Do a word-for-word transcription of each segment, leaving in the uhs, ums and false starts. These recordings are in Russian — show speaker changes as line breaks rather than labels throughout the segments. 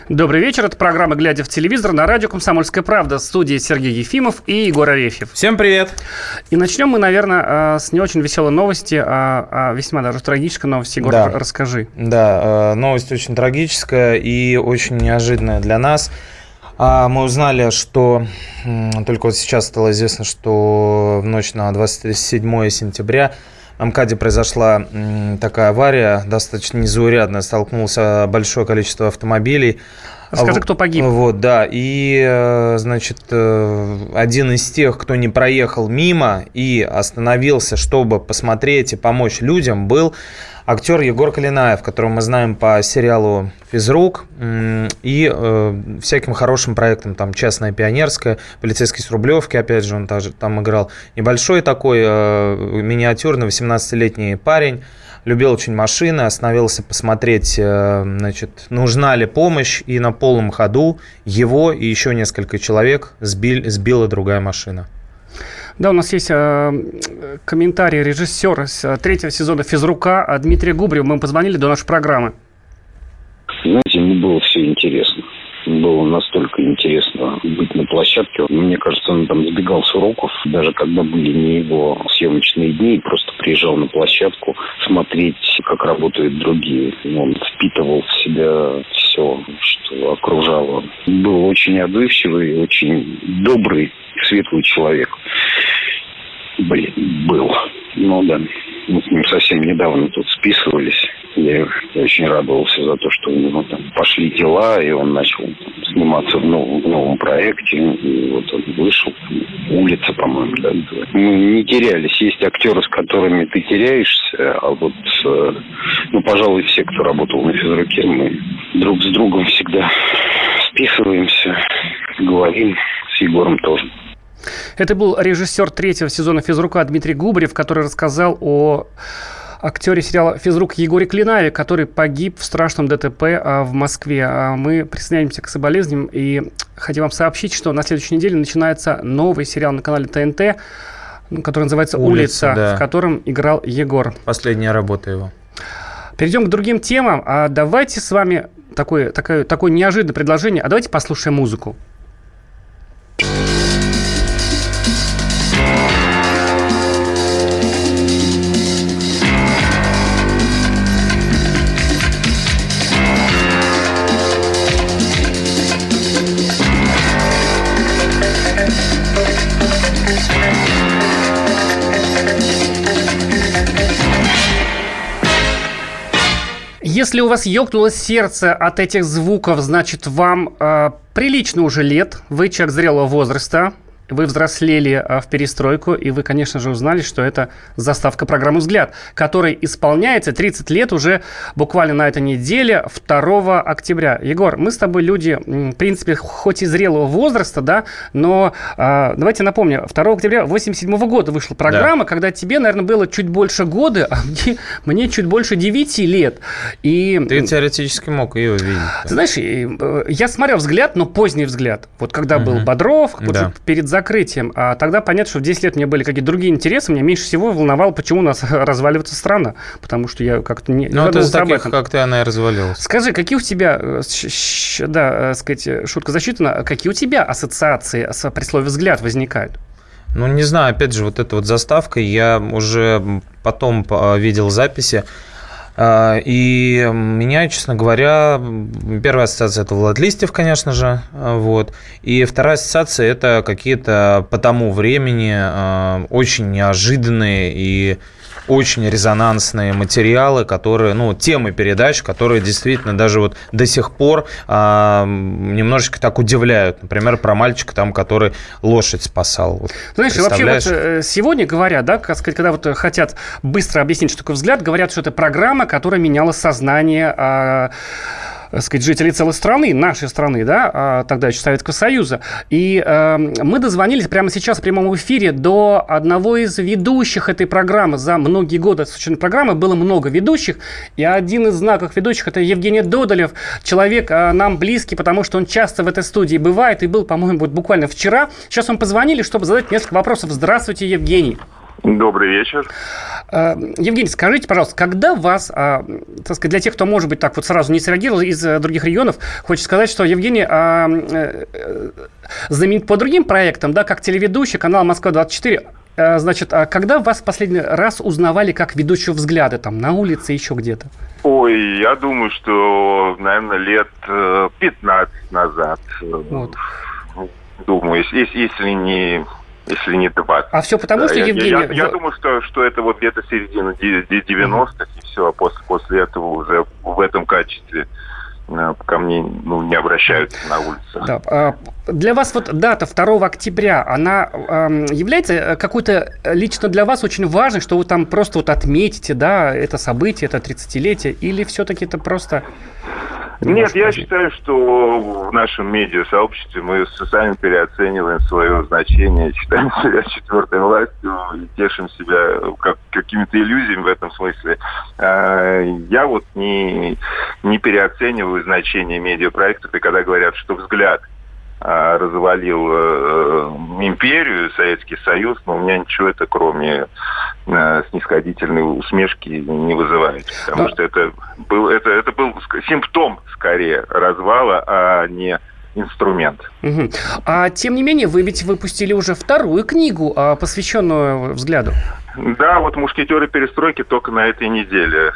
Добрый вечер. Это программа «Глядя в телевизор» на радио «Комсомольская правда». В студии Сергей Ефимов и Егор Арефьев.
Всем привет.
И начнем мы, наверное, с не очень веселой новости, а, а весьма даже трагической новости. Егор, да. расскажи.
Да, новость очень трагическая и очень неожиданная для нас. Мы узнали, что только вот сейчас стало известно, что в ночь на двадцать седьмое сентября в МКАДе произошла такая авария, достаточно незаурядная, столкнулось большое количество автомобилей.
Расскажи, кто погиб.
Вот, да, и, значит, один из тех, кто не проехал мимо и остановился, чтобы посмотреть и помочь людям, был актер Егор Клинаев, которого мы знаем по сериалу «Физрук» и э, всяким хорошим проектам, там «Частная пионерская», «Полицейский с Рублевки», опять же, он также там играл. Небольшой такой э, миниатюрный восемнадцатилетний парень, любил очень машины, остановился посмотреть, э, значит, нужна ли помощь, и на полном ходу его и еще несколько человек сбил, сбила другая машина.
Да, у нас есть э, комментарий режиссера с третьего сезона «Физрука» Дмитрия Губрева. Мы позвонили до нашей программы.
Знаете, мне было все интересно. Было настолько интересно быть на площадке. Мне кажется, он там сбегал с уроков, даже когда были не его съемочные дни, и просто приезжал на площадку смотреть, как работают другие. Он впитывал в себя все, что окружало. Был очень отзывчивый, очень добрый, светлый человек. Блин, был. Ну да, мы с ним совсем недавно тут списывались. Я очень радовался за то, что у него там пошли дела, и он начал там сниматься в новом, в новом проекте. И вот он вышел. «Улица», по-моему, да. Мы не терялись. Есть актеры, с которыми ты теряешься, а вот, ну, пожалуй, все, кто работал на «Физруке», мы друг с другом всегда списываемся, говорим, с Егором тоже.
Это был режиссер третьего сезона «Физрука» Дмитрий Губрев, который рассказал о актере сериала «Физрук» Егоре Клинаеве, который погиб в страшном ДТП в Москве. Мы присоединяемся к соболезнованиям и хотим вам сообщить, что на следующей неделе начинается новый сериал на канале ТНТ, который называется «Улица», «Улица», да, в котором играл Егор.
Последняя работа его.
Перейдем к другим темам. А давайте с вами такое, такое, такое неожиданное предложение. А давайте послушаем музыку. Если у вас ёкнуло сердце от этих звуков, значит, вам э, прилично уже лет, вы человек зрелого возраста, вы взрослели в перестройку, и вы, конечно же, узнали, что это заставка программы «Взгляд», которой исполняется тридцать лет уже буквально на этой неделе, второго октября. Егор, мы с тобой люди, в принципе, хоть и зрелого возраста, да, но э, давайте напомню, второго октября восемьдесят седьмого года вышла программа, да, когда тебе, наверное, было чуть больше года, а мне, мне чуть больше девяти лет. И...
Ты теоретически мог ее увидеть.
Ты знаешь, я смотрел «Взгляд», но поздний «Взгляд». Вот когда угу. был Бодров, вот да. перед закрытием, а тогда понятно, что в десять лет у меня были какие-то другие интересы, меня меньше всего волновало, почему у нас разваливается страна, потому что я как-то не
ну, это из таких, как ты, она и развалилась.
Скажи, какие у тебя, да, сказать, шутка засчитана, какие у тебя ассоциации с при слове «взгляд» возникают?
Ну, не знаю, опять же, вот эта вот заставка, я уже потом видел записи, и меня, честно говоря, первая ассоциация – это Влад Листьев, конечно же, вот. И вторая ассоциация – это какие-то по тому времени очень неожиданные и очень резонансные материалы, которые, ну, темы передач, которые действительно даже вот до сих пор а, немножечко так удивляют. Например, про мальчика, там, который лошадь спасал. Вот,
знаешь, вообще вот сегодня говорят, да, как сказать, когда вот хотят быстро объяснить, что такое «Взгляд», говорят, что это программа, которая меняла сознание а, сказать, жителей целой страны, нашей страны, да, тогда еще Советского Союза. И э, мы дозвонились прямо сейчас в прямом эфире до одного из ведущих этой программы. За многие годы осуществленной программы было много ведущих, и один из знаковых ведущих – это Евгений Додолев, человек э, нам близкий, потому что он часто в этой студии бывает, и был, по-моему, вот буквально вчера. Сейчас вам позвонили, чтобы задать несколько вопросов. Здравствуйте, Евгений.
Добрый вечер.
Евгений, скажите, пожалуйста, когда вас, так сказать, для тех, кто, может быть, так вот сразу не среагировал из других регионов, хочется сказать, что Евгений знаменит по другим проектам, да, как телеведущий, канал «Москва двадцать четыре». Значит, а когда вас в последний раз узнавали как ведущего «Взгляда», там, на улице, еще где-то?
Ой, я думаю, что, наверное, лет пятнадцать назад. Вот. Думаю, если, если не... Если не двадцать.
А все потому, да, что,
я,
Евгений...
Я, я, я думаю, что, что это вот где-то середина девяностых, uh-huh. и все, а после, после этого уже в этом качестве ко мне ну, не обращаются на улице.
Да. Для вас вот дата второго октября, она э, является какой-то лично для вас очень важной, что вы там просто вот отметите, да, это событие, это тридцатилетие, или все-таки это просто...
Нет, я считаю, что в нашем медиасообществе мы сами переоцениваем свое значение, считаем себя четвертой властью и тешим себя как, какими-то иллюзиями в этом смысле. Я вот не, не переоцениваю значение медиапроектов, и когда говорят, что «Взгляд» развалил э, империю, Советский Союз, но у меня ничего это, кроме э, снисходительной усмешки, не вызывает. Потому да. что это был, это, это был симптом, скорее, развала, а не инструмент.
Угу. А тем не менее, вы ведь выпустили уже вторую книгу, посвященную «Взгляду».
Да, вот «Мушкетеры перестройки» только на этой неделе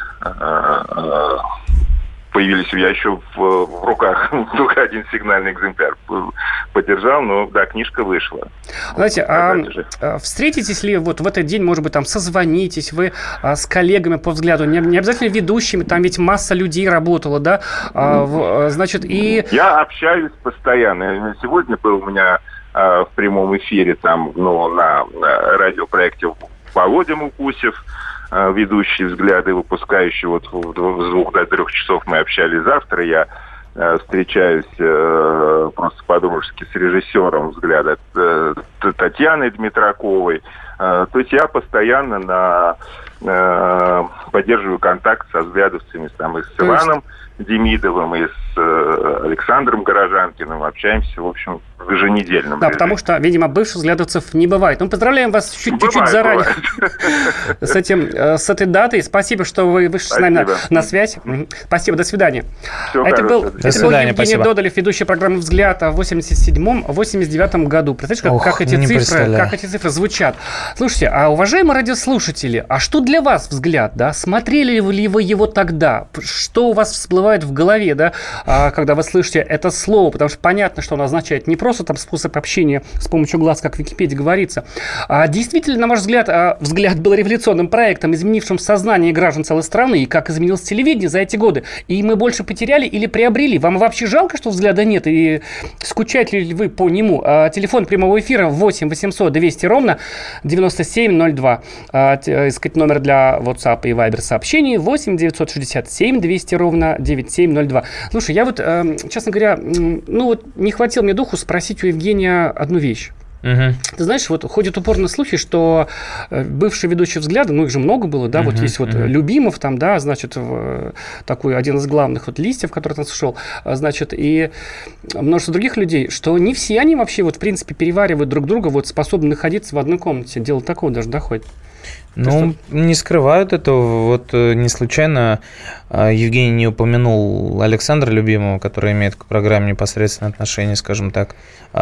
появились. Я еще в, в руках только один сигнальный экземпляр подержал, но да, книжка вышла.
Знаете, а, а встретитесь ли вот в этот день, может быть, там созвонитесь вы а, с коллегами по «Взгляду», не, не обязательно ведущими, там ведь масса людей работала, да, а, в, значит, и...
Я общаюсь постоянно. Сегодня был у меня а, в прямом эфире там, ну, на, на радиопроекте Володя Мукусев, ведущий «Взгляды», выпускающий вот в двух до трех часов мы общались. Завтра я э, встречаюсь э, просто по-дружески с режиссером «Взгляда» э, Татьяной Дмитраковой. Э, то есть я постоянно на, э, поддерживаю контакт со взглядовцами, там, и с Иваном Демидовым, и с э, Александром Горожанкиным. Общаемся, в общем, в еженедельном
Да,
режиме.
потому что, видимо, бывших взглядовцев не бывает. Ну, поздравляем вас чуть- чуть-чуть заранее с, этим, с этой датой. Спасибо, что вы вышли с нами на, на связь. Спасибо, до свидания.
Всего
это был,
до
это был Евгений
спасибо.
Додолев, ведущий программы «Взгляд» в восемьдесят седьмом восемьдесят девятом году. Представляешь,
Ох,
как, как, эти цифры, как эти цифры звучат. Слушайте, а уважаемые радиослушатели, а что для вас «Взгляд», да? Смотрели ли вы его тогда? Что у вас всплывает в голове, да, когда вы слышите это слово? Потому что понятно, что оно означает не просто там способ общения с помощью глаз, как в Википедии говорится. А действительно, на ваш взгляд, «Взгляд» был революционным проектом, изменившим сознание граждан целой страны, и как изменилось телевидение за эти годы? И мы больше потеряли или приобрели? Вам вообще жалко, что «Взгляда» нет? И скучаете ли вы по нему? А, телефон прямого эфира восемь восемьсот двести ровно девяносто семь ноль два. А, искать номер для WhatsApp и Viber сообщений восемь девятьсот шестьдесят семь двести ровно девяносто семь ноль два. Слушай, я вот, э, честно говоря, ну вот не хватило мне духу спросить у Евгения одну вещь. Угу. Ты знаешь, вот ходят упорно слухи, что бывший ведущий «Взгляда», ну их же много было, да, угу, вот есть вот угу. Любимов там, да, значит, в, такой один из главных вот Листьев, который там сошел, значит, и множество других людей, что не все они вообще вот в принципе переваривают друг друга, вот способны находиться в одной комнате. Дело такого даже доходит.
Ну, не скрывают этого. Вот не случайно Евгений не упомянул Александра Любимого, который имеет к программе непосредственное отношение, скажем так.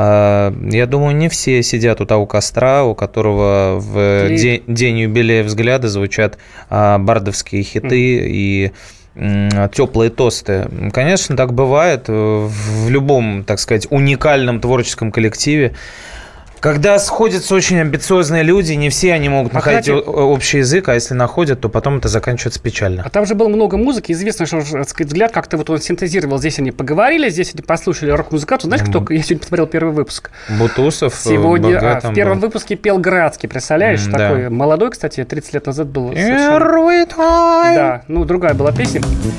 Я думаю, не все сидят у того костра, у которого в и... день, день юбилея «Взгляда» звучат бардовские хиты mm. и теплые тосты. Конечно, так бывает в любом, так сказать, уникальном творческом коллективе. Когда сходятся очень амбициозные люди, не все они могут а находить кстати, общий язык, а если находят, то потом это заканчивается печально.
А там же было много музыки, известно, что, так сказать, «Взгляд» как-то вот он синтезировал. Здесь они поговорили, здесь они послушали рок-музыкантов. Знаешь, кто? Я сегодня посмотрел первый выпуск.
Бутусов.
Сегодня а, в первом был. выпуске пел Градский, представляешь? Mm, такой да. молодой, кстати, тридцать лет назад был.
Первый тайм.
Да, ну другая была песня.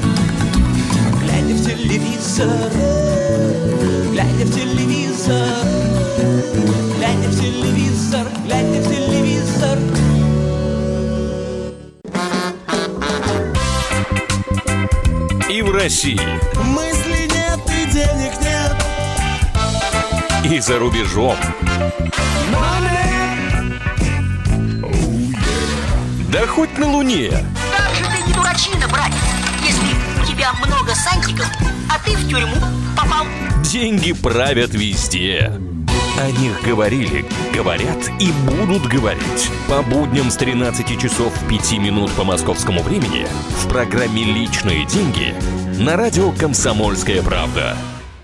Глядя в телевизор, глядя в телевизор, глядя в телевизор, глядя в телевизор.
И в России.
Мысли нет и денег нет.
И за рубежом.
Money. Oh,
Да хоть на Луне.
Как же ты не дурачина, братец, если у тебя много сантиков, а ты в тюрьму попал.
Деньги правят везде. О них говорили, говорят и будут говорить. По будням с тринадцати часов пяти минут по московскому времени в программе «Личные деньги» на радио «Комсомольская правда».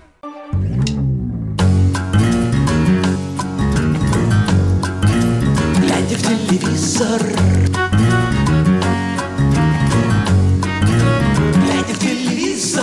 Глядя в телевизор, глядя в телевизор.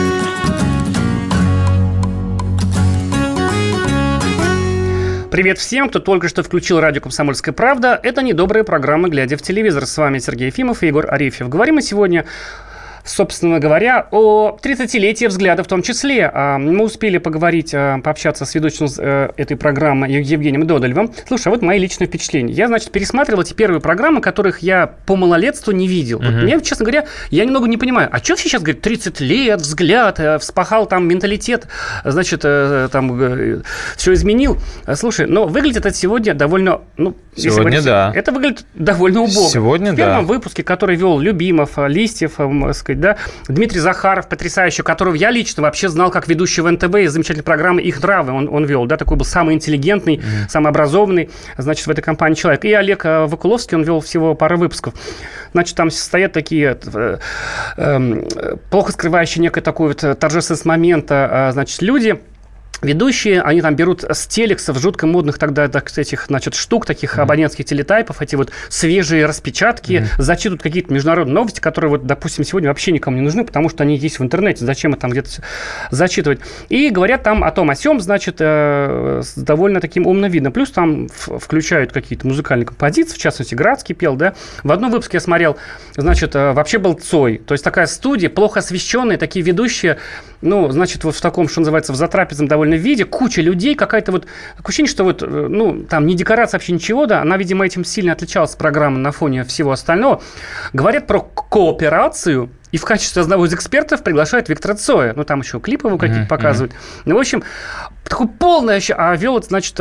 Привет всем, кто только что включил радио «Комсомольская правда». Это недобрая программа «Глядя в телевизор». С вами Сергей Ефимов и Егор Арефьев. Говорим мы сегодня, собственно говоря, о тридцатилетии «Взгляда» в том числе. Мы успели поговорить, пообщаться с ведущим этой программы Евгением Додолевым. Слушай, а вот мои личные впечатления. Я, значит, пересматривал эти первые программы, которых я по малолетству не видел. Uh-huh. Вот мне, честно говоря, я немного не понимаю, а что сейчас, говорит, тридцать лет, «Взгляд», вспахал там менталитет, значит, там все изменил. Слушай, но выглядит это сегодня довольно... Ну,
сегодня, говорить, да.
Это выглядит довольно убого.
Сегодня,
в первом
да.
выпуске, который вел Любимов, Листьев, да, Дмитрий Захаров, потрясающий, которого я лично вообще знал как ведущего эн тэ вэ из замечательной программы «Их нравы». Он, он вел, да, такой был самый интеллигентный, mm-hmm. самый образованный, значит, в этой компании человек. И Олег Вакуловский, он вел всего пару выпусков. Значит, там стоят такие э, э, плохо скрывающие некое такое вот торжественность момента, э, значит, люди... Ведущие, они там берут с телексов, жутко модных тогда так, этих, значит, штук, таких mm-hmm. абонентских телетайпов, эти вот свежие распечатки, mm-hmm. зачитывают какие-то международные новости, которые, вот, допустим, сегодня вообще никому не нужны, потому что они есть в интернете, зачем их там где-то зачитывать. И говорят там о том, о сём, значит, э, с довольно таким умным видом. Плюс там в- включают какие-то музыкальные композиции, в частности, Градский пел, да. В одном выпуске я смотрел, значит, э, вообще был Цой, то есть такая студия, плохо освещенная, такие ведущие, ну, значит, вот в таком, что называется, в затрапезном довольно виде, куча людей, какая-то вот, такое ощущение, что вот, ну, там не декорация, вообще ничего, да, она, видимо, этим сильно отличалась, программа на фоне всего остального. Говорят про кооперацию, и в качестве одного из экспертов приглашают Виктора Цоя. Ну, там еще клипы его какие-то mm-hmm. показывают. Ну, в общем, такой полный еще... А вел это, значит,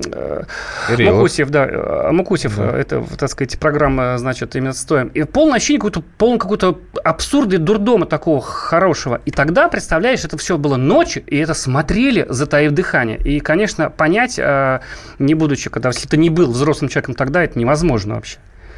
Мукусев, да, Мукусев, да. Это, так сказать, программа, значит, именно с Цоем. И полное ощущение какой-то, полный какой-то абсурда и дурдома такого хорошего. И тогда, представляешь, это все было ночью, и это смотрели, затаив дыхание. И, конечно, понять, не будучи, когда, если ты не был взрослым человеком тогда, это невозможно вообще.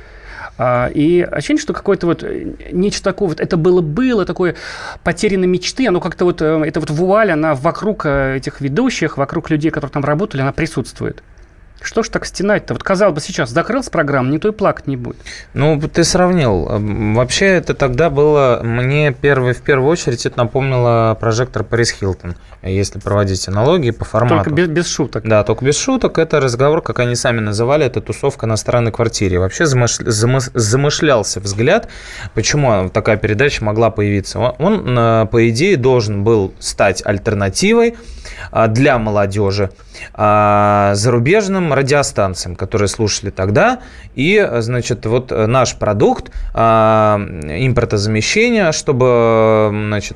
И ощущение, что какое-то вот нечто такое, вот это было-было, такое потерянной мечты, оно как-то вот, это вот вуаль, она вокруг этих ведущих, вокруг людей, которые там работали, она присутствует. Что ж так стенать-то? Вот, казалось бы, сейчас закрылась программа, никто и плакать не будет.
Ну, ты сравнил. Вообще, это тогда было... Мне первый, в первую очередь это напомнило прожектор Пэрис Хилтон, если проводить аналогии по формату.
Только без, без шуток.
Да, только без шуток. Это разговор, как они сами называли, это тусовка на странной квартире. Вообще замыш... замыс... замышлялся «Взгляд». Почему такая передача могла появиться? Он, по идее, должен был стать альтернативой для молодежи зарубежным радиостанциям, которые слушали тогда. И, значит, вот наш продукт импортозамещения, чтобы, значит,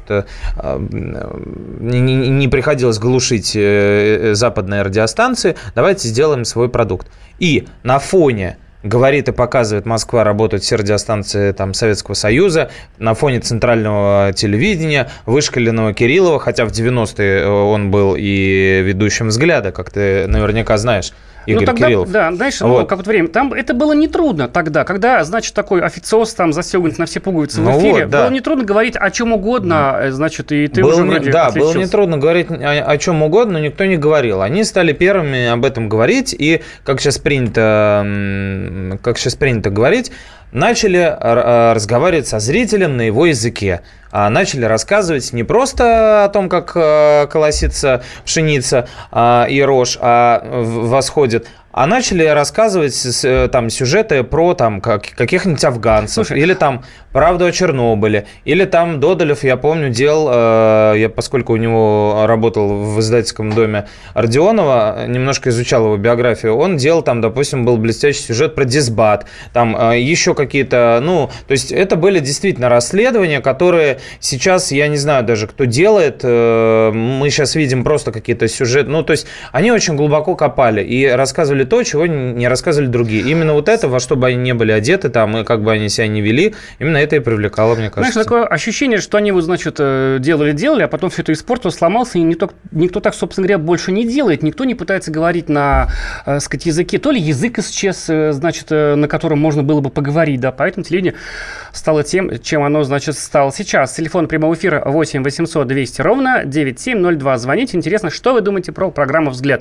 не, не приходилось глушить западные радиостанции, давайте сделаем свой продукт. И на фоне говорит и показывает, Москва, работают все радиостанции там, Советского Союза, на фоне центрального телевидения, вышкаленного Кириллова, хотя в девяностые он был и ведущим «Взгляда», как ты наверняка знаешь. Игорь
ну, тогда,
Кириллов.
Да, знаешь,
вот.
Ну, как вот время. Там это было нетрудно тогда, когда, значит, такой официоз там застегнут на все пуговицы ну в эфире. Вот, да. Было нетрудно говорить о чем угодно, значит, и ты
было
уже
не,
вроде
Да,
отличился.
Было нетрудно говорить о, о чем угодно, но никто не говорил. Они стали первыми об этом говорить, и, как сейчас принято, как сейчас принято говорить, начали разговаривать со зрителем на его языке. Начали рассказывать не просто о том, как колосится пшеница и рожь, а восходит, а начали рассказывать там сюжеты про там, как, каких-нибудь афганцев. Слушай, или там «Правду о Чернобыле». Или там Додолев, я помню, делал, э, я, поскольку у него работал в издательском доме Родионова, немножко изучал его биографию, он делал там, допустим, был блестящий сюжет про дисбат, там э, еще какие-то, ну, то есть это были действительно расследования, которые сейчас, я не знаю даже, кто делает, э, мы сейчас видим просто какие-то сюжеты, ну, то есть они очень глубоко копали и рассказывали то, чего не рассказывали другие. Именно вот это, во что бы они не были одеты там, и как бы они себя не вели, именно это и привлекало, мне кажется.
Знаешь, такое ощущение, что они, вот, значит, делали-делали, а потом все это испортилось, сломался, и никто, никто так, собственно говоря, больше не делает. Никто не пытается говорить на, так сказать, языке. То ли язык исчез, значит, на котором можно было бы поговорить, да, поэтому телевидение стало тем, чем оно, значит, стало сейчас. Телефон прямого эфира восемь восемьсот двести ровно девяносто семь ноль два. Звоните. Интересно, что вы думаете про программу «Взгляд».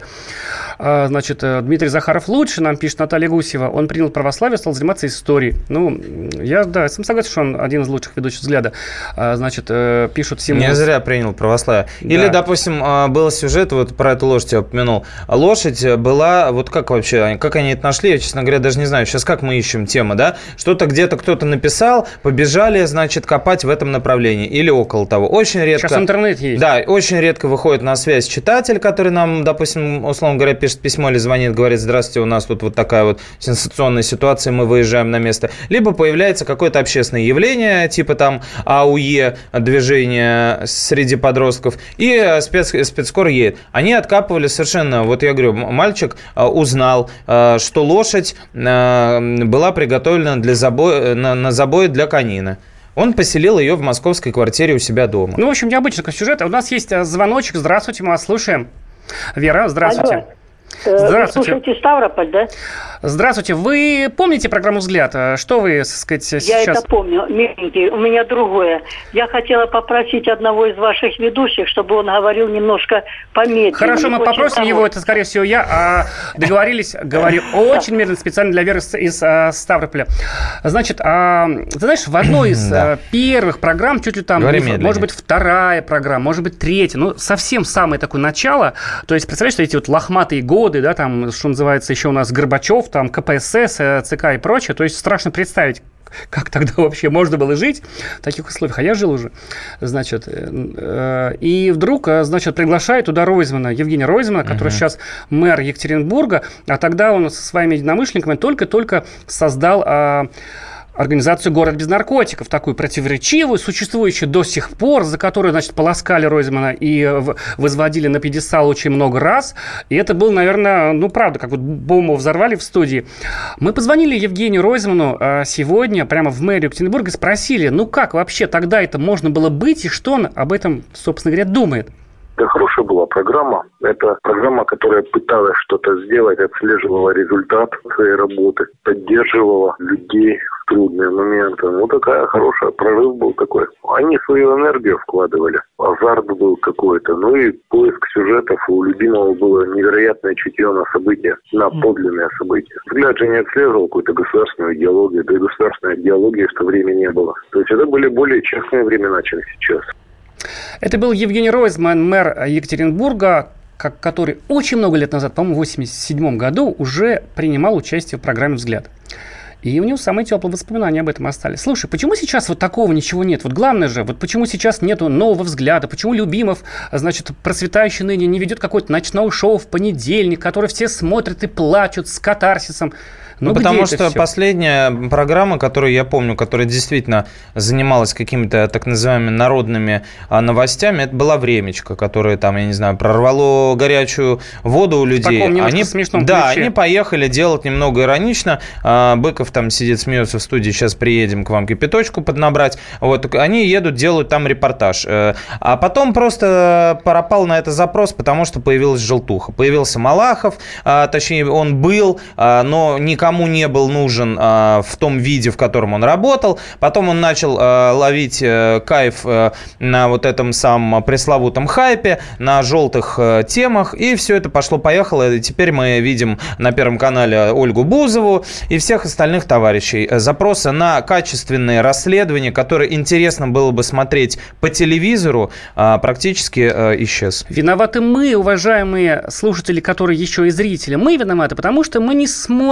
Значит, Дмитрий Захаров лучше, нам пишет Наталья Гусева. Он принял православие, стал заниматься историей. Ну, я, да, сам согласен, что он один из лучших ведущих «Взгляда». Значит, пишут всему...
Не зря принял православие. Да. Или, допустим, был сюжет, вот про эту лошадь я упомянул. Лошадь была, вот как вообще, как они это нашли, я, честно говоря, даже не знаю. Сейчас как мы ищем тему, да? Что-то где-то кто-то написал, побежали, значит, копать в этом направлении. Или около того. Очень редко...
Сейчас интернет есть.
Да, очень редко выходит на связь читатель, который нам, допустим, условно говоря, пишет письмо или звонит, говорит: здравствуйте, у нас тут вот такая вот сенсационная ситуация, мы выезжаем на место. Либо появляется какое-то общественное явление, типа там АУЕ, движение среди подростков, и спец, спецскор едет. Они откапывали совершенно, вот я говорю, мальчик узнал, что лошадь была приготовлена для забоя, на, на забой для канина. Он поселил ее в московской квартире у себя дома.
Ну, в общем, необычный такой сюжет. У нас есть звоночек. Здравствуйте, мы вас слушаем. Вера, здравствуйте.
Алло. Здравствуйте. Вы слушаете Ставрополь, да?
Здравствуйте. Вы помните программу «Взгляд»? Что вы, так сказать, сейчас...
Я это помню. Миленький, у меня другое. Я хотела попросить одного из ваших ведущих, чтобы он говорил немножко помедленнее.
Хорошо, мы попросим того. его, это, скорее всего, я. А договорились, говорю очень медленно, специально для Веры из а, Ставрополя. Значит, а, ты знаешь, в одной из да. первых программ, чуть ли там, может быть, вторая программа, может быть, третья, ну, совсем самое такое начало, то есть, представляешь, что эти вот лохматые годы, да, там, что называется, еще у нас Горбачев, там, ка пэ эс эс, ЦК и прочее, то есть страшно представить, как тогда вообще можно было жить в таких условиях. А я жил уже, значит. И вдруг, значит, приглашает туда Ройзмана, Евгения Ройзмана, который uh-huh. сейчас мэр Екатеринбурга, а тогда он со своими единомышленниками только-только создал... организацию «Город без наркотиков», такую противоречивую, существующую до сих пор, за которую, значит, полоскали Ройзмана и возводили на пьедестал очень много раз. И это был, наверное, ну, правда, как вот бомбу взорвали в студии. Мы позвонили Евгению Ройзману сегодня прямо в мэрию Екатеринбурга и спросили, ну, как вообще тогда это можно было быть и что он об этом, собственно говоря, думает.
Это хорошая была программа. Это программа, которая пыталась что-то сделать, отслеживала результат своей работы, поддерживала людей в трудные моменты. Ну, такая хорошая, прорыв был такой. Они свою энергию вкладывали, азарт был какой-то. Ну и поиск сюжетов у любимого было невероятное чутье на события, на подлинные события. Взгляд же не отслеживал какую-то государственную идеологию, да и государственной идеологии в то время не было. То есть это были более честные времена, чем сейчас.
Это был Евгений Ройзман, мэр Екатеринбурга, который очень много лет назад, по-моему, в восемьдесят седьмом году уже принимал участие в программе «Взгляд». И у него самые теплые воспоминания об этом остались. Слушай, почему сейчас вот такого ничего нет? Вот главное же, вот почему сейчас нету нового «Взгляда», почему Любимов, значит, процветающий ныне, не ведет какое-то ночное шоу в понедельник, которое все смотрят и плачут с катарсисом? Ну,
ну потому что
все?
Последняя программа, которую я помню, которая действительно занималась какими-то так называемыми народными а, новостями, это была «Времечко», которое там, я не знаю, прорвало горячую воду у людей.
В таком
они,
смешном
да,
ключе.
Они поехали делать немного иронично. А, Быков там сидит, смеется в студии, сейчас приедем к вам кипяточку поднабрать. Вот, они едут, делают там репортаж. А потом просто пропал на это запрос, потому что появилась желтуха. Появился Малахов, а, точнее, он был, а, но никому Кому не был нужен а, в том виде, в котором он работал. Потом он начал а, ловить а, кайф а, на вот этом самом пресловутом хайпе, на желтых а, темах. И все это пошло-поехало. И теперь мы видим на Первом канале Ольгу Бузову и всех остальных товарищей. Запросы на качественные расследования, которые интересно было бы смотреть по телевизору, а, практически а, исчез.
Виноваты мы, уважаемые слушатели, которые еще и зрители. Мы виноваты, потому что мы не смотрим, не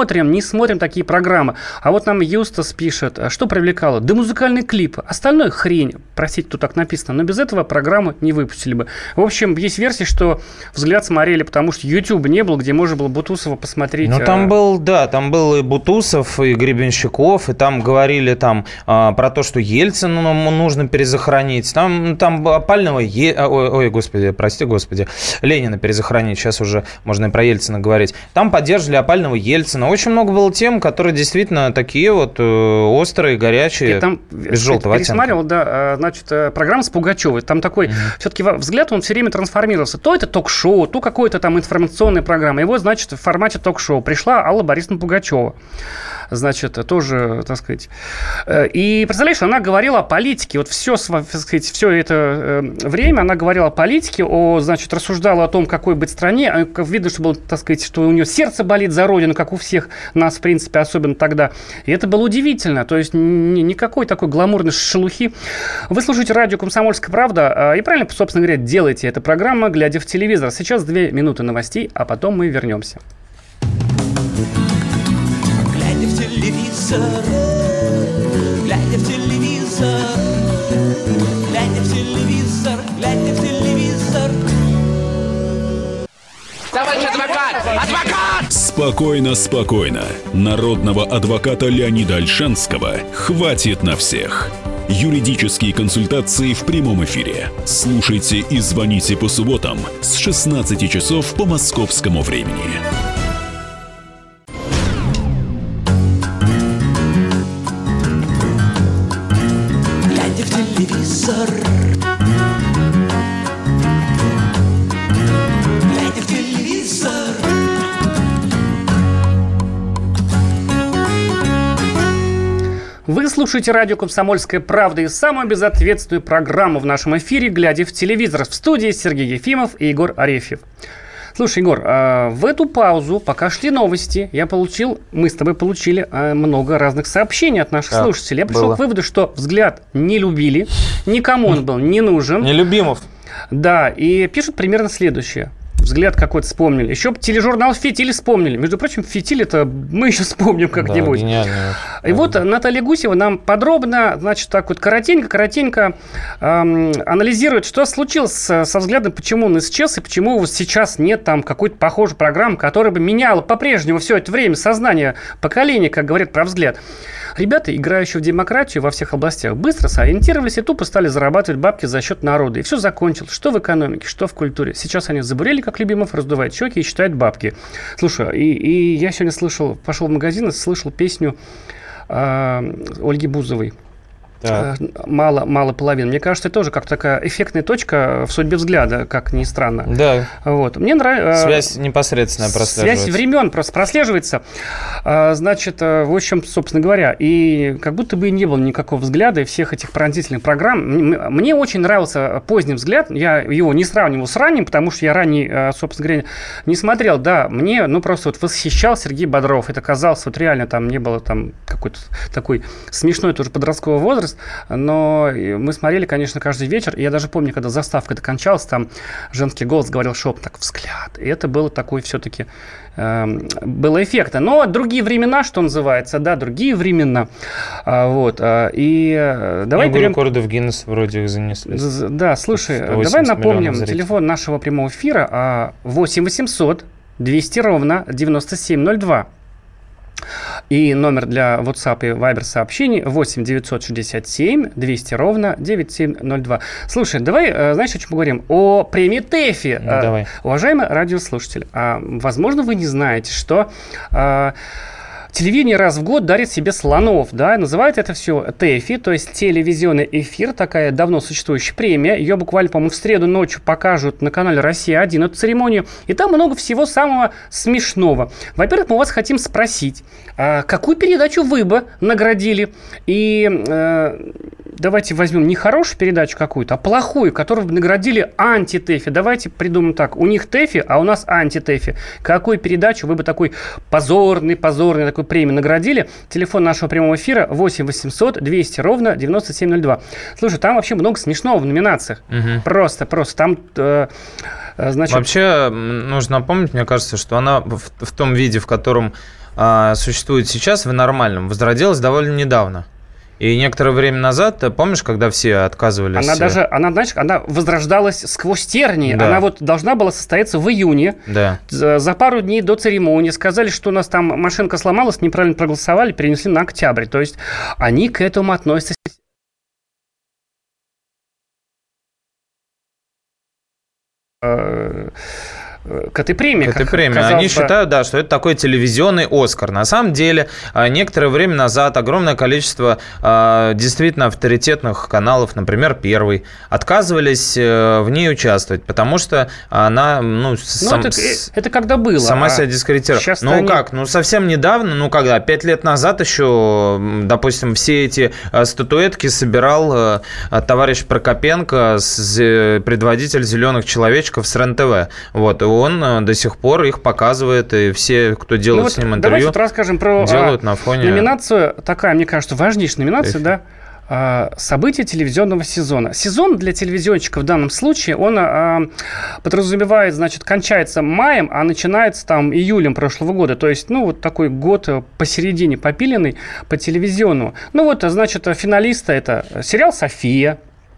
не смотрим такие программы. А вот нам Юстас пишет, что привлекало? Да музыкальные клипы. Остальное хрень. Простите, тут так написано. Но без этого программу не выпустили бы. В общем, есть версия, что «Взгляд» смотрели, потому что YouTube не было, где можно было Бутусова посмотреть.
Ну, там был, да, там был и Бутусов, и Гребенщиков, и там говорили там а, про то, что Ельцину нужно перезахоронить. Там, там опального... Е... Ой, ой, господи, прости, господи. Ленина перезахоронить. Сейчас уже можно и про Ельцина говорить. Там поддерживали опального Ельцина. Очень много было тем, которые действительно такие вот э, острые, горячие,
я там,
без желтого оттенка.
Пересмотрел, да, значит, программа с Пугачевой. Там такой, mm-hmm. все-таки «Взгляд», он все время трансформировался. То это ток-шоу, то какое-то там информационная программа. И вот, значит, в формате ток-шоу пришла Алла Борисовна Пугачева. Значит, тоже, так сказать. И, представляешь, она говорила о политике. Вот все, так сказать, все это время она говорила о политике, о, значит, рассуждала о том, какой быть стране. Видно, что было, так сказать, что у нее сердце болит за родину, как у всех нас, в принципе, особенно тогда. И это было удивительно. То есть никакой такой гламурной шелухи. Вы слушаете радио «Комсомольская правда». И правильно, собственно говоря, делаете. Это программа «Глядя в телевизор». Сейчас две минуты новостей, а потом мы вернемся.
Глядя в телевизор, глядя в телевизор, глядя в телевизор, глядя в телевизор.
Товарищ адвокат! Адвокат!
Спокойно, спокойно. Народного адвоката Леонида Ольшанского хватит на всех. Юридические консультации в прямом эфире. Слушайте и звоните по субботам с шестнадцати часов по московскому времени.
Глядя в телевизор, глядя в телевизор.
Вы слушаете радио «Комсомольская правда» и самую безответственную программу в нашем эфире «Глядя в телевизор». В студии Сергей Ефимов и Егор Арефьев. Слушай, Егор, в эту паузу, пока шли новости, я получил, мы с тобой получили много разных сообщений от наших да, слушателей. Я пришел было. к выводу, что «Взгляд» не любили, никому он был не нужен.
Нелюбимов. Да,
и пишут примерно следующее. «Взгляд» какой-то вспомнили. Еще бы тележурнал «Фитиль» вспомнили. Между прочим, «Фитиль» это мы еще вспомним как-нибудь. Да, гениально. И вот Наталья Гусева нам подробно, значит, так вот коротенько-коротенько эм, анализирует, что случилось со «Взглядом», почему он исчез и почему вот сейчас нет там какой-то похожей программы, которая бы меняла по-прежнему все это время сознание поколения, как говорят про «Взгляд». Ребята, играющие в демократию во всех областях, быстро сориентировались и тупо стали зарабатывать бабки за счет народа. И все закончилось. Что в экономике, что в культуре. Сейчас они забурели, как Любимов, раздувают щеки и считают бабки. Слушай, и, и я сегодня слышал, пошел в магазин и слышал песню э, Ольги Бузовой. Так. Мало, мало половин. Мне кажется, это тоже как такая эффектная точка в судьбе «Взгляда», как ни странно.
Да.
Вот. Мне нравится...
Связь непосредственная прослеживается.
Связь времен просто прослеживается. Значит, в общем, собственно говоря, и как будто бы и не было никакого «Взгляда» и всех этих пронзительных программ. Мне очень нравился поздний «Взгляд». Я его не сравнивал с ранним, потому что я ранний, собственно говоря, не смотрел. Да, мне, ну, просто вот восхищал Сергей Бодров. Это казалось, вот реально там не было там какой-то такой смешной тоже подростковый возраст. Но мы смотрели, конечно, каждый вечер. И я даже помню, когда заставка докончалась, там женский голос говорил шепотом, так, «Взгляд». И это было такое все-таки... Э, было эффектно. Но другие времена, что называется, да, другие времена. А, вот. И э, давай...
Много рекордов Гиннесса вроде их занесли.
Да, слушай, давай напомним телефон нашего прямого эфира восемь восемьсот двести ровно девяносто семь ноль два. И номер для WhatsApp и Viber сообщений восемь девятьсот шестьдесят семь двести ровно девяносто семь ноль два. Слушай, давай, знаешь, о чем поговорим? О премии ТЭФИ.
Ну, давай.
Уважаемые радиослушатели, возможно, вы не знаете, что... Телевидение раз в год дарит себе слонов, да, называют это все ТЭФИ, то есть телевизионный эфир, такая давно существующая премия. Ее буквально, по-моему, в среду ночью покажут на канале «Россия один» эту церемонию. И там много всего самого смешного. Во-первых, мы у вас хотим спросить, а какую передачу вы бы наградили? И э, давайте возьмем не хорошую передачу какую-то, а плохую, которую бы наградили анти-ТЭФИ. Давайте придумаем так. У них ТЭФИ, а у нас анти-ТЭФИ. Какую передачу вы бы такой позорный, позорный такой премию наградили? Телефон нашего прямого эфира восемь восемьсот двести ровно девяносто семь ноль два. Слушай, там вообще много смешного в номинациях. Угу. Просто, просто. Там, э, значит...
Вообще, нужно напомнить, мне кажется, что она в, в том виде, в котором а, существует сейчас в нормальном, возродилась довольно недавно. И некоторое время назад, помнишь, когда все отказывались...
Она даже, она, знаешь, она возрождалась сквозь тернии.
Да.
Она вот должна была состояться в июне.
Да.
За пару дней до церемонии сказали, что у нас там машинка сломалась, неправильно проголосовали, перенесли на октябрь. То есть они к этому относятся... к этой премии.
К этой премии. Они бы... считают, да, что это такой телевизионный «Оскар». На самом деле, некоторое время назад огромное количество действительно авторитетных каналов, например, «Первый», отказывались в ней участвовать, потому что она, ну, сам,
это, это когда было.
Сама
а
себя дискредитировала. Ну
они...
как, ну совсем недавно, ну когда, пять лет назад еще, допустим, все эти статуэтки собирал товарищ Прокопенко, предводитель «Зеленых человечков» с РЕН-ТВ. Вот, он до сих пор их показывает, и все, кто делает ну вот с ним интервью,
давайте вот расскажем про
делают на фоне...
номинацию, такая, мне кажется, важнейшая номинация, Эфи. да, события телевизионного сезона. Сезон для телевизионщика в данном случае, он а, подразумевает, значит, кончается маем, а начинается там июлем прошлого года. То есть, ну, вот такой год посередине попиленный по телевизиону. Ну, вот, значит, финалисты – это сериал «София»,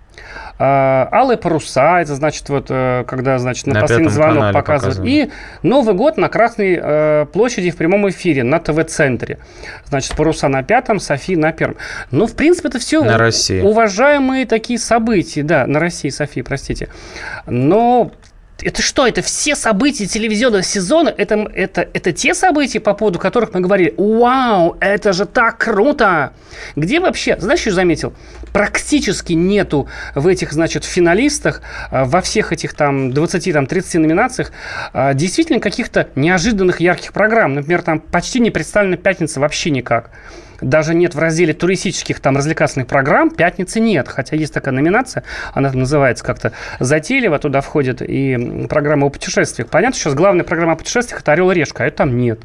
«Алые паруса», это значит, вот, когда, значит, на, на последний звонок показывают. Показывают. И Новый год на Красной э, площади в прямом эфире на ТВ-центре. Значит, «Паруса» на пятом, «София» на первом. Ну, в принципе, это все
на России.
Уважаемые такие события. Да, на России, София, простите. Но... Это что? Это все события телевизионного сезона? Это, это, это те события, по поводу которых мы говорили: вау, это же так круто! Где вообще, знаешь, что я заметил? Практически нету в этих, значит, финалистах, во всех этих там двадцати-тридцати номинациях действительно каких-то неожиданных ярких программ. Например, там почти не представлена «Пятница» вообще никак. Даже нет в разделе туристических там развлекательных программ, «Пятницы» нет. Хотя есть такая номинация, она называется как-то затейливо, туда входит и программа о путешествиях. Понятно, сейчас главная программа о путешествиях – это «Орел и решка», а это там нет.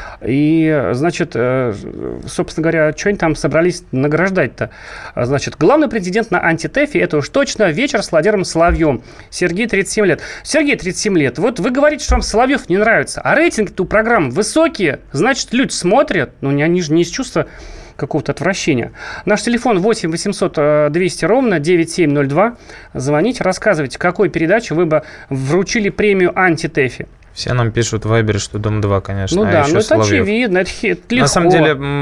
И, значит, собственно говоря, что они там собрались награждать-то? Значит, главный претендент на анти-ТЭФИ – это уж точно «Вечер с Владимиром Соловьем». Сергей, тридцать семь лет. Сергей, тридцать семь лет. Вот вы говорите, что вам Соловьев не нравится, а рейтинги-то у программ высокие, значит, люди смотрят, ну, они же не из чувства какого-то отвращения. Наш телефон восемь восемьсот двести ровно девяносто семь ноль два. Звоните, рассказывайте, какой передаче вы бы вручили премию анти-ТЭФИ.
Все нам пишут в Вайбере, что «Дом-два», конечно.
Ну
а
да,
еще
ну это
Соловьев.
очевидно, это, это легко.
На самом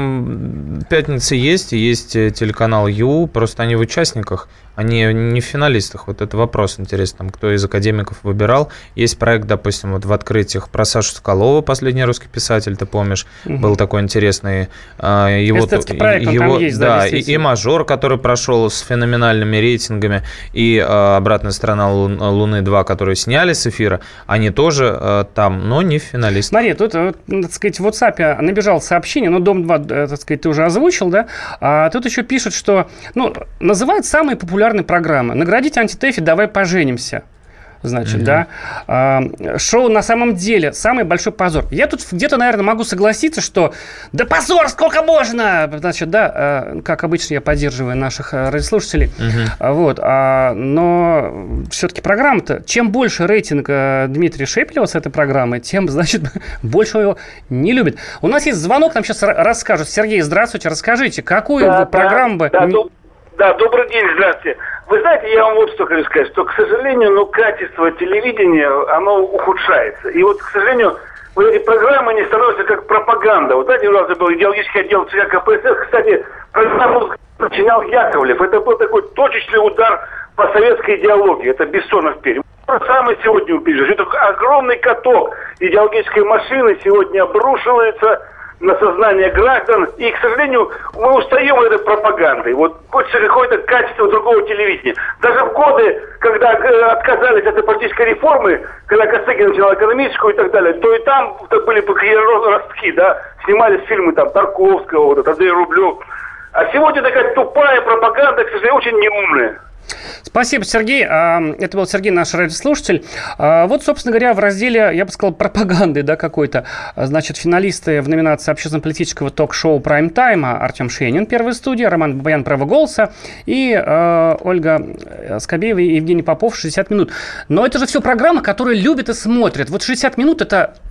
деле, «Пятница» есть, и есть телеканал Ю, просто они в участниках, они не в финалистах. Вот это вопрос интересный, там, кто из академиков выбирал. Есть проект, допустим, вот в открытиях про Сашу Соколова, последний русский писатель, ты помнишь, угу. был такой интересный. Его,
эстетский проект, он
его,
там есть,
да,
да,
и, и «Мажор», который прошел с феноменальными рейтингами, и «Обратная сторона Луны два», которые сняли с эфира, они тоже там, но не в финалистах.
Смотри, тут, так сказать, в WhatsApp набежало сообщение, ну, «Дом-два», так сказать, ты уже озвучил, да, а тут еще пишут, что, ну, называют самые популярные программы. Наградить анти-ТЭФИ «Давай поженимся». Значит, угу. да. А, шоу на самом деле самый большой позор. Я тут где-то, наверное, могу согласиться, что да позор, сколько можно! Значит, да, а, как обычно я поддерживаю наших радиослушателей. Угу. А, вот, а, но все-таки программа-то, чем больше рейтинг а, Дмитрия Шепелева с этой программой, тем, значит, больше его не любят. У нас есть звонок, нам сейчас расскажут. Сергей, здравствуйте, расскажите, какую
да,
программу бы...
Да, да, Да, добрый день, здравствуйте. Вы знаете, я вам вот что хочу сказать, что, к сожалению, ну, качество телевидения, оно ухудшается. И вот, к сожалению, вот эти программы, они становятся как пропаганда. Вот, знаете, у нас был идеологический отдел ЦК КПСС, кстати, программу начинал Яковлев. Это был такой точечный удар по советской идеологии. Это Бессонов перья. То же самое сегодня упишешь. Это огромный каток идеологической машины сегодня обрушивается на сознание граждан. И, к сожалению, мы устаем от этой пропаганды. Вот хочется какое-то качество другого телевидения. Даже в годы, когда отказались от политической реформы, когда Косыгин начинал экономическую и так далее, то и там были ростки, да, снимались фильмы там Тарковского, вот, Андрей Рублев. А сегодня такая тупая пропаганда, к сожалению, очень неумная.
Спасибо, Сергей. Это был Сергей, наш радиослушатель. Вот, собственно говоря, в разделе, я бы сказал, пропаганды, да, какой-то, значит, финалисты в номинации общественно-политического ток-шоу «Прайм-тайма» Артем Шейнин, первая студия, Роман Бабаян, «Право голоса», и э, Ольга Скобеева и Евгений Попов, «шестьдесят минут». Но это же все программы, которые любят и смотрят. Вот шестьдесят минут – это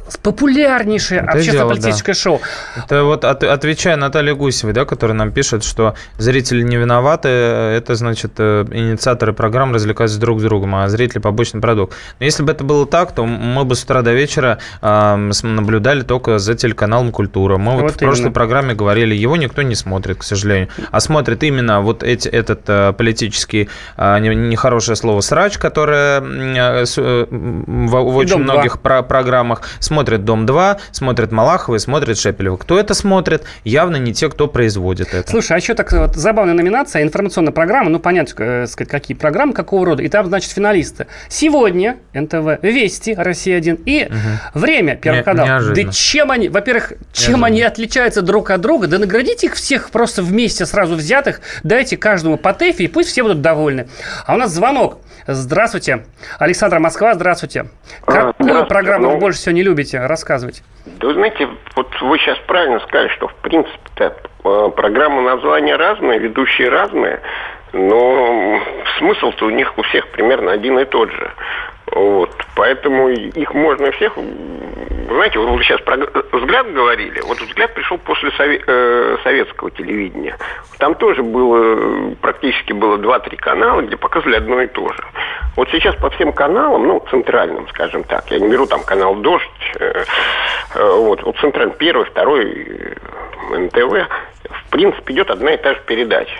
популярнейшее
Это
общественно-политическое
дело, да.
шоу.
Это вот от, отвечая Наталье Гусевой, да, которая нам пишет, что зрители не виноваты, это значит инициаторы программ развлекаются друг с другом, а зрители побочный продукт. Но если бы это было так, то мы бы с утра до вечера э, наблюдали только за телеканалом «Культура». Мы вот, вот в именно. прошлой программе говорили, его никто не смотрит, к сожалению, а смотрит именно вот эти, этот э, политический, э, нехорошее слово, срач, которое э, э, в, в очень многих про- программах смотрит «Дом-два», смотрит Малахова и смотрит Шепелева. Кто это смотрит? Явно не те, кто производит это.
Слушай, а еще так вот забавная номинация, информационная программа, ну, понятно, э, сказать, какие программы, какого рода, и там, значит, финалисты. Сегодня эн тэ вэ, Вести, Россия один и угу. Время, Первый не, канал.
Неожиданно.
Да чем они, во-первых, чем неожиданно. Они отличаются друг от друга? Да наградите их всех просто вместе сразу взятых, дайте каждому по тэфе, и пусть все будут довольны. А у нас звонок. Здравствуйте. Александр, Москва, здравствуйте. Какую здравствуйте. программу ну, вы больше всего не любите? Рассказывайте.
Да вы знаете, вот вы сейчас правильно сказали, что в принципе программы названия разные, ведущие разные, но смысл-то у них у всех примерно один и тот же. Вот. Поэтому их можно всех... Знаете, вот вы сейчас про «Взгляд» говорили. Вот «Взгляд» пришел после сове... э, советского телевидения. Там тоже было, практически было два-три канала, где показывали одно и то же. Вот сейчас по всем каналам, ну, центральным, скажем так, я не беру там канал «Дождь», э, э, вот, вот центральный, первый, второй, эн тэ вэ, в принципе, идет одна и та же передача.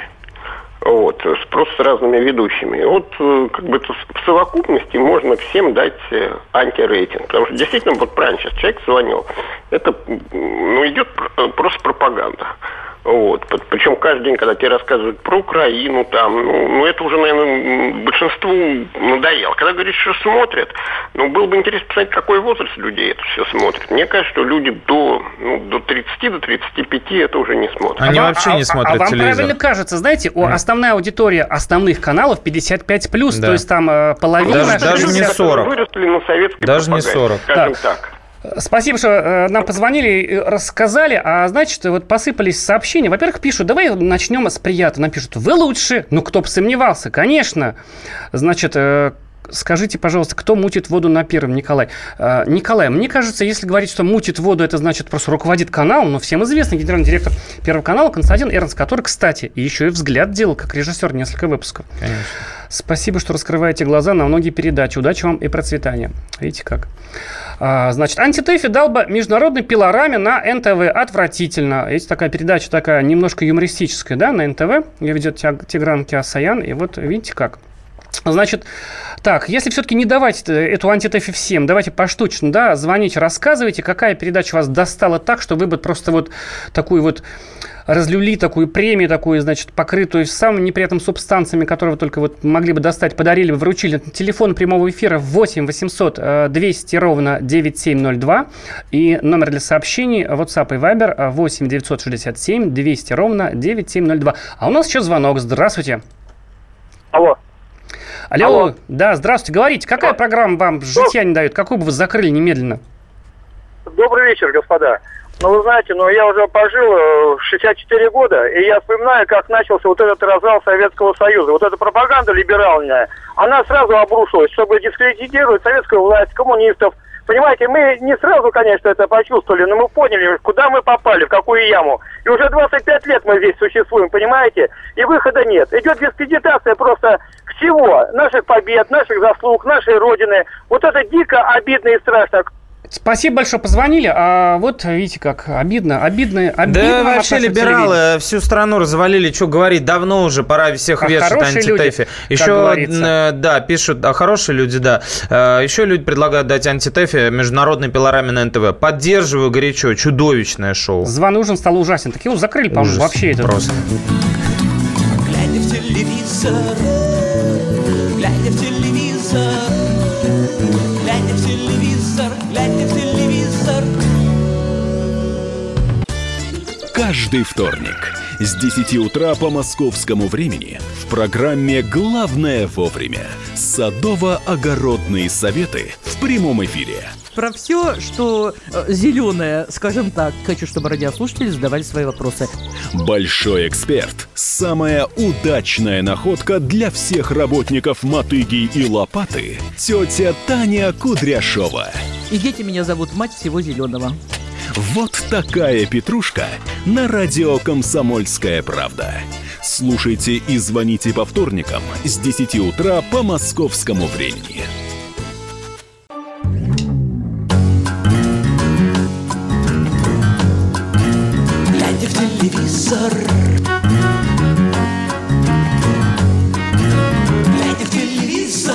Вот, просто с разными ведущими. Вот как бы в совокупности можно всем дать антирейтинг. Потому что действительно, вот правильно сейчас человек звонил, это ну, идет просто пропаганда. Вот. Причем каждый день, когда тебе рассказывают про Украину, там, ну, ну это уже, наверное, большинству надоело. Когда говоришь, что смотрят, ну, было бы интересно посмотреть, какой возраст людей это все смотрит. Мне кажется, что люди до, ну, до тридцати, до тридцати пяти это уже не смотрят.
Они
а
вообще
а,
не смотрят
а, а
телевизор.
Вам правильно кажется, знаете, mm. основная аудитория основных каналов пятьдесят пять плюс, да. То есть там э, половина...
Даже, даже не сорок.
Выросли на советской
даже не сорок.
Скажем
да.
так.
Спасибо, что э, нам позвонили и рассказали. А значит, вот посыпались сообщения. Во-первых, пишут, давай начнем с приятного. Нам пишут, вы лучше. Ну, кто бы сомневался, конечно. Значит, э, скажите, пожалуйста, кто мутит воду на Первом, Николай? Э, Николай, мне кажется, если говорить, что мутит воду, это значит просто руководит каналом, но всем известный генеральный директор Первого канала Константин Эрнст, который, кстати, еще и «Взгляд» делал как режиссер несколько выпусков. Конечно. Спасибо, что раскрываете глаза на многие передачи. Удачи вам и процветания. Видите как? А, значит, антитэфи дал бы международной пилораме на эн тэ вэ. Отвратительно. Есть такая передача, такая немножко юмористическая, да, на эн тэ вэ. Ее ведет Тигран Кеосаян. И вот видите как. Значит, так, если все-таки не давать эту антитэфи всем, давайте поштучно, да, звоните, рассказывайте, какая передача вас достала так, что вы бы просто вот такую вот разлюли, такую премию, такую, значит, покрытую самыми неприятными субстанциями, которые вы только вот могли бы достать, подарили бы, вручили. Телефон прямого эфира восемь восемьсот двести ровно девяносто семь ноль два и номер для сообщений WhatsApp и Viber восемь девятьсот шестьдесят семь двести ровно девяносто семь ноль два. А у нас еще звонок. Здравствуйте.
Алло.
Алло,
Алло.
Да, здравствуйте. Говорите, какая Алло. программа вам житья не дает? Какую бы вы закрыли немедленно?
Добрый вечер, господа. Ну, вы знаете, ну, я уже пожил шестьдесят четыре года, и я вспоминаю, как начался вот этот развал Советского Союза. Вот эта пропаганда либеральная, она сразу обрушилась, чтобы дискредитировать советскую власть, коммунистов. Понимаете, мы не сразу, конечно, это почувствовали, но мы поняли, куда мы попали, в какую яму. И уже двадцать пять лет мы здесь существуем, понимаете? И выхода нет. Идет дискредитация просто всего. Наших побед, наших заслуг, нашей Родины. Вот это дико обидно и страшно.
Спасибо большое, позвонили. А вот видите, как обидно, обидно, обидно.
Да вообще либералы всю страну развалили, что говорить, давно уже пора всех а вешать антитэфи. Еще, да, пишут, а хорошие люди, да. Еще люди предлагают дать антитэфи международной пилораме на эн тэ вэ. Поддерживаю горячо, чудовищное шоу.
Званый ужин стал ужасен. Так его закрыли, по-моему, вообще это.
Просто.
Глядя в телевизор, глядя в телевизор, глядя в телевизор, глядя в телевизор.
Каждый вторник с десяти утра по московскому времени в программе «Главное вовремя» садово-огородные советы в прямом эфире.
Про все, что э, зеленое, скажем так, хочу, чтобы радиослушатели задавали свои вопросы.
Большой эксперт. Самая удачная находка для всех работников мотыги и лопаты. Тетя Таня Кудряшова.
И дети меня зовут мать всего зеленого.
Вот такая петрушка на радио «Комсомольская правда». Слушайте и звоните по вторникам с десяти утра по московскому времени.
Глядя в телевизор, глядя в телевизор.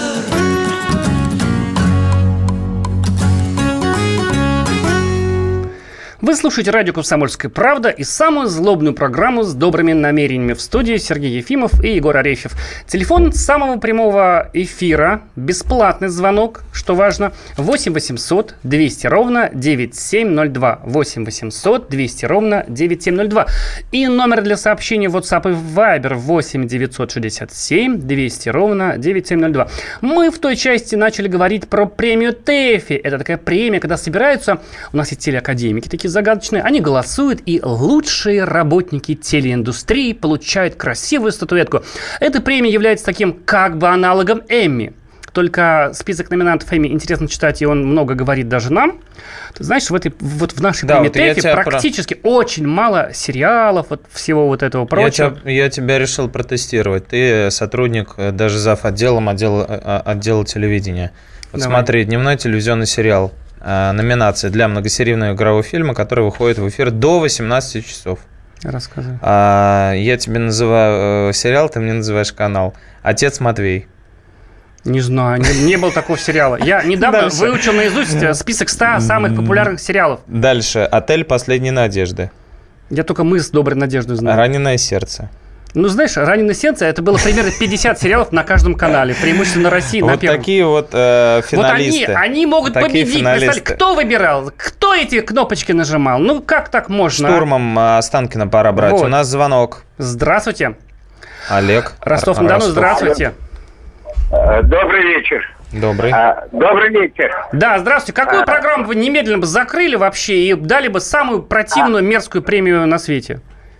Вы слушаете радио «Комсомольская правда» и самую злобную программу с добрыми намерениями. В студии Сергей Ефимов и Егор Арефьев. Телефон самого прямого эфира, бесплатный звонок, что важно, восемь восемьсот двести ровно девяносто семь ноль два. восемь восемьсот двести ровно девяносто семь ноль два. И номер для сообщений в WhatsApp и Viber восемь девятьсот шестьдесят семь двести ровно девяносто семь ноль два. Мы в той части начали говорить про премию ТЭФИ. Это такая премия, когда собираются, у нас есть телеакадемики такие загадочные, они голосуют, и лучшие работники телеиндустрии получают красивую статуэтку. Эта премия является таким как бы аналогом Эмми. Только список номинантов Эмми интересно читать, и он много говорит даже нам. Ты знаешь, в, этой, вот в нашей
да,
премии
вот
ТЭФИ
тебя
практически
про...
очень мало сериалов, вот всего вот этого прочего.
Я тебя, я тебя решил протестировать. Ты сотрудник, даже зав. Отделом отдела, отдела телевидения. Вот Давай. Смотри, дневной телевизионный сериал. Номинация для многосерийного игрового фильма, который выходит в эфир до восемнадцати часов.
Рассказывай.
А, я тебе называю э, сериал, ты мне называешь канал. «Отец Матвей».
Не знаю, не, не было такого сериала. Я недавно Дальше. выучил наизусть список ста самых популярных сериалов.
Дальше. «Отель последней надежды».
Я только «Мы с доброй надеждой» знаю.
«Раненое сердце».
Ну, знаешь, «Раненое сердце» — это было примерно пятьдесят сериалов на каждом канале, преимущественно на России, на
вот
первом.
такие вот э, финалисты.
Вот они, они могут
такие
победить.
Финалисты.
Кто выбирал? Кто эти кнопочки нажимал? Ну, как так можно?
Штурмом Останкино пора брать. Вот. У нас звонок.
Здравствуйте.
Олег.
Ростов-на-Дону, здравствуйте.
Добрый вечер.
Добрый.
А, добрый вечер.
Да, здравствуйте. Какую а, программу вы немедленно бы закрыли вообще и дали бы самую противную, а, мерзкую премию на свете?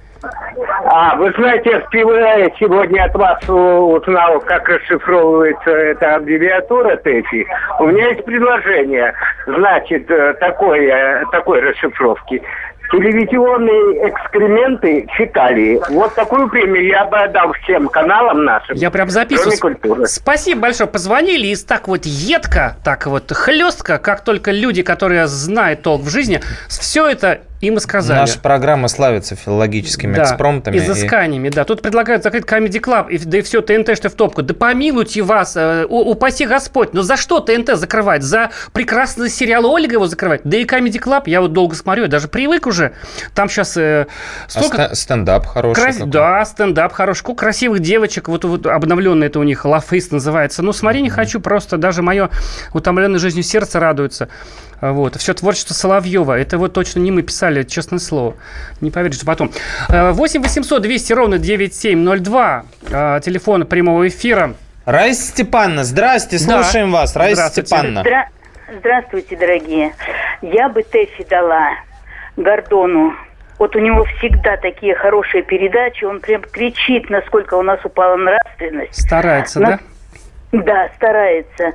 А, вы знаете, впервые сегодня от вас узнал, как расшифровывается эта аббревиатура ТЭФИ. У меня есть предложение, значит, такой, такой расшифровки. Телевизионные экскременты фекалии. Вот такую премию я бы отдал всем каналам нашим.
Я прям записываю. Спасибо большое. Позвонили и так вот едко, так вот хлестко, как только люди, которые знают толк в жизни, все это им и сказали.
Наша программа славится филологическими
да,
экспромтами.
изысканиями, и... да. Тут предлагают закрыть Comedy Club, и, да и все, ТНТ, что в топку. Да помилуйте вас, э, упаси Господь. Но за что ТНТ закрывать? За прекрасный сериал Ольга его закрывать? Да и Comedy Club, я вот долго смотрю, я даже привык уже. Там сейчас э, столько...
А стендап хороший. Крас...
Да, стендап хороший. Сколько красивых девочек, вот, вот обновленный это у них, Лафейс называется. Ну, смотри, не mm-hmm. хочу, просто даже мое утомленное жизнью сердце радуется. Вот. Все творчество Соловьева. Это вот точно не мы писали, честное слово. Не поверишь, что потом. восемь восемьсот двести ровно девяносто семь ноль два. Телефон прямого эфира.
Раиса Степановна, здрасте, слушаем да. вас. Раиса Степановна.
Здра... Здравствуйте, дорогие. Я бы ТЭФИ дала Гордону. Вот у него всегда такие хорошие передачи. Он прям кричит, насколько у нас упала нравственность.
Старается, На... да?
Да, старается.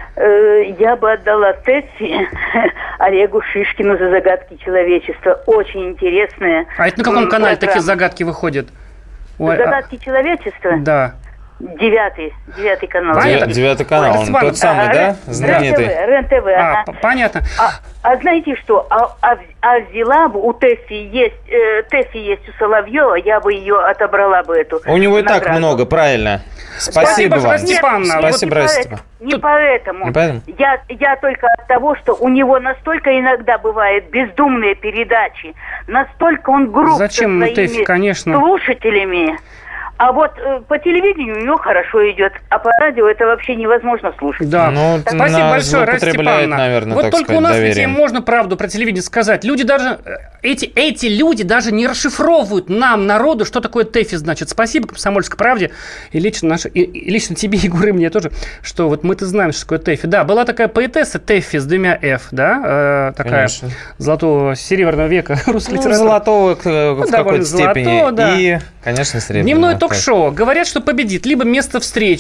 Я бы отдала ТЭФИ Олегу Шишкину за загадки человечества. Очень интересные.
А это на каком программа. канале такие загадки выходят?
Ой, загадки а... человечества?
Да.
Девятый, девятый канал.
Понятно. Девятый канал, он тот самый, а, да? Знаменитый.
РЕН-ТВ.
А, ага. Понятно.
А, а знаете что? А, а, а взяла бы, у ТЭФИ есть, э, ТЭФИ есть у Соловьева, я бы ее отобрала бы эту.
У него и награду. Так много, правильно. Спасибо, Спасибо вам.
Степановна.
Спасибо,
вот
Раиса.
Не поэтому. Не поэтому. Я, я только от того, что у него настолько иногда бывают бездумные передачи, настолько он груб
Зачем
со своими
ТЭФИ, конечно.
слушателями. А вот э, по телевидению у него хорошо идет, а по радио это вообще невозможно слушать.
Да, ну, спасибо большое, Раиса Степановна.
Наверное,
вот
так
только
сказать,
у нас
доверием.
ведь можно правду про телевидение сказать. Люди даже, эти, эти люди даже не расшифровывают нам, народу, что такое ТЭФИ значит. Спасибо «Комсомольской правде» и лично, наш, и, и лично тебе, Егор, и мне тоже, что вот мы-то знаем, что такое ТЭФИ. Да, была такая поэтесса ТЭФИ с двумя «Ф», да, э, такая Конечно. Золотого серебряного века русской
ну,
литературы.
Золотого к, ну, в какой-то степени.
Золотого, да.
И, конечно, среднего.
Дневное ток-шоу. Говорят, что победит либо место встречи,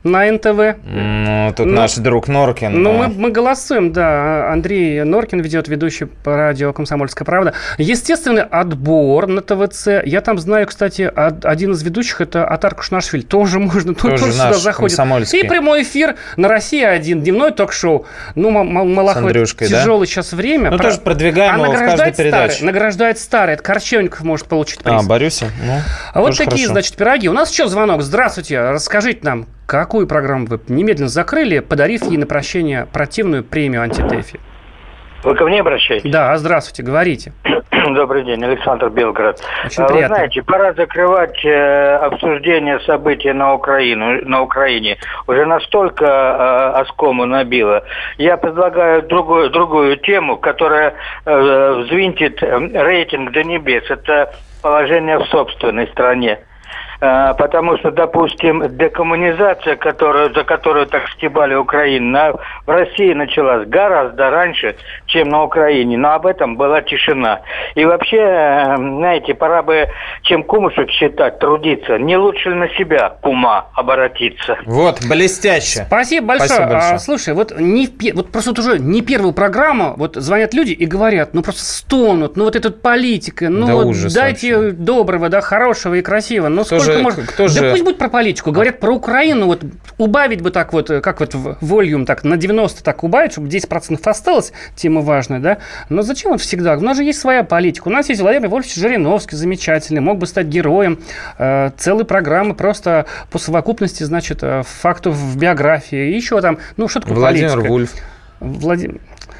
на эн тэ вэ.
Ну, тут
ну,
наш друг Норкин.
Ну, мы, мы голосуем, да. Андрей Норкин ведет, ведущий по радио «Комсомольская правда». Естественный отбор на тэ вэ цэ. Я там знаю, кстати, один из ведущих, это Атар Кушнашвили. Тоже можно, тоже, тоже сюда заходит. И прямой эфир на Россия один, дневной ток-шоу. Ну, Малахов, тяжелое да? сейчас время.
Ну,
про...
тоже продвигаем
а
его в каждой передаче.
Старый, награждает старый. Это Корчевников может получить приз.
А, Борюся? Ну,
а вот такие,
хорошо.
значит, пироги. У нас еще звонок. Здравствуйте. Расскажите нам, какую программу вы немедленно закрыли, подарив ей на прощение противную премию антиТЭФИ?
Вы ко мне обращаетесь?
Да, здравствуйте, говорите.
Добрый день, Александр, Белгород.
Очень приятно.
Вы знаете, пора закрывать э, обсуждение событий на Украину, на Украине. Уже настолько э, оскому набило. Я предлагаю другую, другую тему, которая э, взвинтит рейтинг до небес. Это положение в собственной стране. Потому что, допустим, декоммунизация, которую, за которую так стебали Украину, на, в России началась гораздо раньше, чем на Украине. Но об этом была тишина. И вообще, знаете, пора бы, чем кумушек считать, трудиться. Не лучше ли на себя, кума, обратиться?
Вот, блестяще.
Спасибо большое. Спасибо большое. А, слушай, вот, не, вот просто вот уже не первую программу, вот звонят люди и говорят, ну просто стонут, ну вот эта политика, ну
да
вот
ужас
дайте вообще. Доброго, да, хорошего и красивого. Ну сколько
Тоже,
можно...
кто
да
же...
пусть будет про политику. Говорят про Украину, вот убавить бы так вот, как вот волюм так на девяносто так убавить, чтобы десять процентов осталось, тема важная, да. Но зачем он всегда? У нас же есть своя политика. У нас есть Владимир Вольфович Жириновский, замечательный, мог бы стать героем э, целой программы просто по совокупности, значит, фактов в биографии. И еще там, ну что такое
Владимир
политика?
Вульф.
Владимир...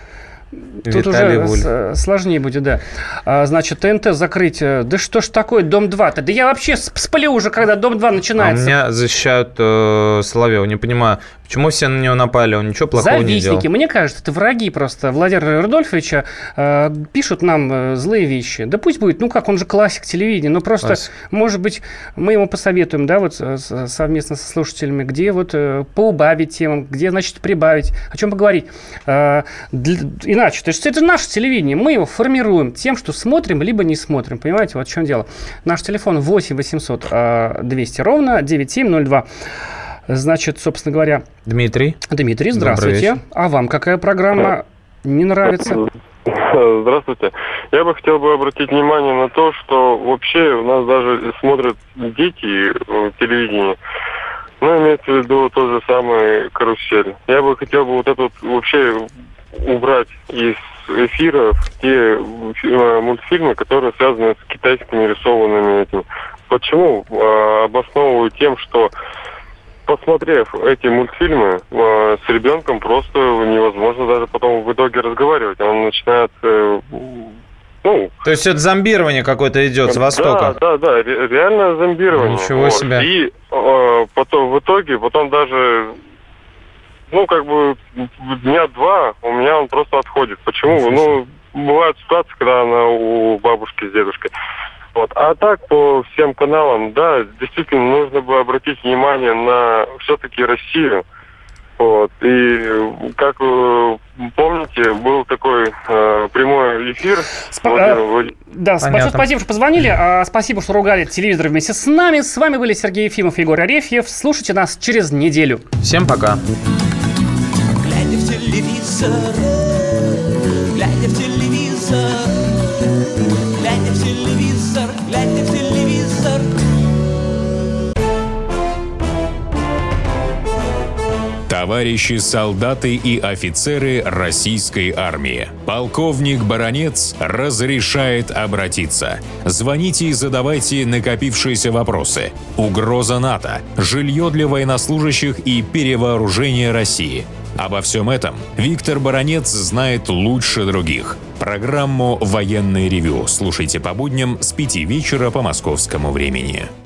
Тут
Виталий
уже
Вульф.
Сложнее будет, да. А, значит, ТНТ закрыть. Да что ж такое, Дом-два-то? Да я вообще сплю уже, когда Дом-два начинается.
А меня защищают э, Соловьева. Не понимаю, почему все на него напали? Он ничего плохого
Завистники.
не делал.
Мне кажется, это враги просто Владимира Рудольфовича. Э, пишут нам э, злые вещи. Да пусть будет, ну как, он же классик телевидения. Но просто, классик. Может быть, мы ему посоветуем, да, вот совместно со слушателями, где вот э, поубавить тему, где, значит, прибавить. О чем поговорить. Э, для, иначе. То есть это наше телевидение. Мы его формируем тем, что смотрим, либо не смотрим. Понимаете, вот в чем дело. Наш телефон восемь восемьсот двести ровно девяносто семь ноль два. Значит, собственно говоря...
Дмитрий.
Дмитрий, здравствуйте. А вам какая программа не нравится?
Здравствуйте. Я бы хотел бы обратить внимание на то, что вообще у нас даже смотрят дети телевидение. Ну, имеется в виду тот же самый «Карусель». Я бы хотел бы вот этот вообще убрать из эфиров те мультфильмы, которые связаны с китайскими рисованными этими. Почему? Обосновываю тем, что посмотрев эти мультфильмы, с ребенком просто невозможно даже потом в итоге разговаривать. Он начинает... Ну,
то есть это зомбирование какое-то идет с Востока?
Да, да, да, реально зомбирование.
Ничего
вот.
себе.
И э, потом в итоге, потом даже, ну, как бы дня два у меня он просто отходит. Почему? Ну, бывают ситуации, когда она у бабушки с дедушкой. Вот. А так по всем каналам, да, действительно нужно бы обратить внимание на все-таки Россию. Вот. И как вы помните, был такой э, прямой эфир.
Сп- вот, э, да, большое спасибо, что позвонили. А, спасибо, что ругали телевизор вместе с нами. С вами были Сергей Ефимов и Егор Арефьев. Слушайте нас через неделю.
Всем пока.
Глядя в телевизор, глядя в телевизор, глядя в телевизор, глядя в телевизор.
Товарищи солдаты и офицеры российской армии. Полковник Баранец разрешает обратиться. Звоните и задавайте накопившиеся вопросы. Угроза НАТО, жилье для военнослужащих и перевооружение России. Обо всем этом Виктор Баранец знает лучше других. Программу «Военное ревю» слушайте по будням с пяти вечера по московскому времени.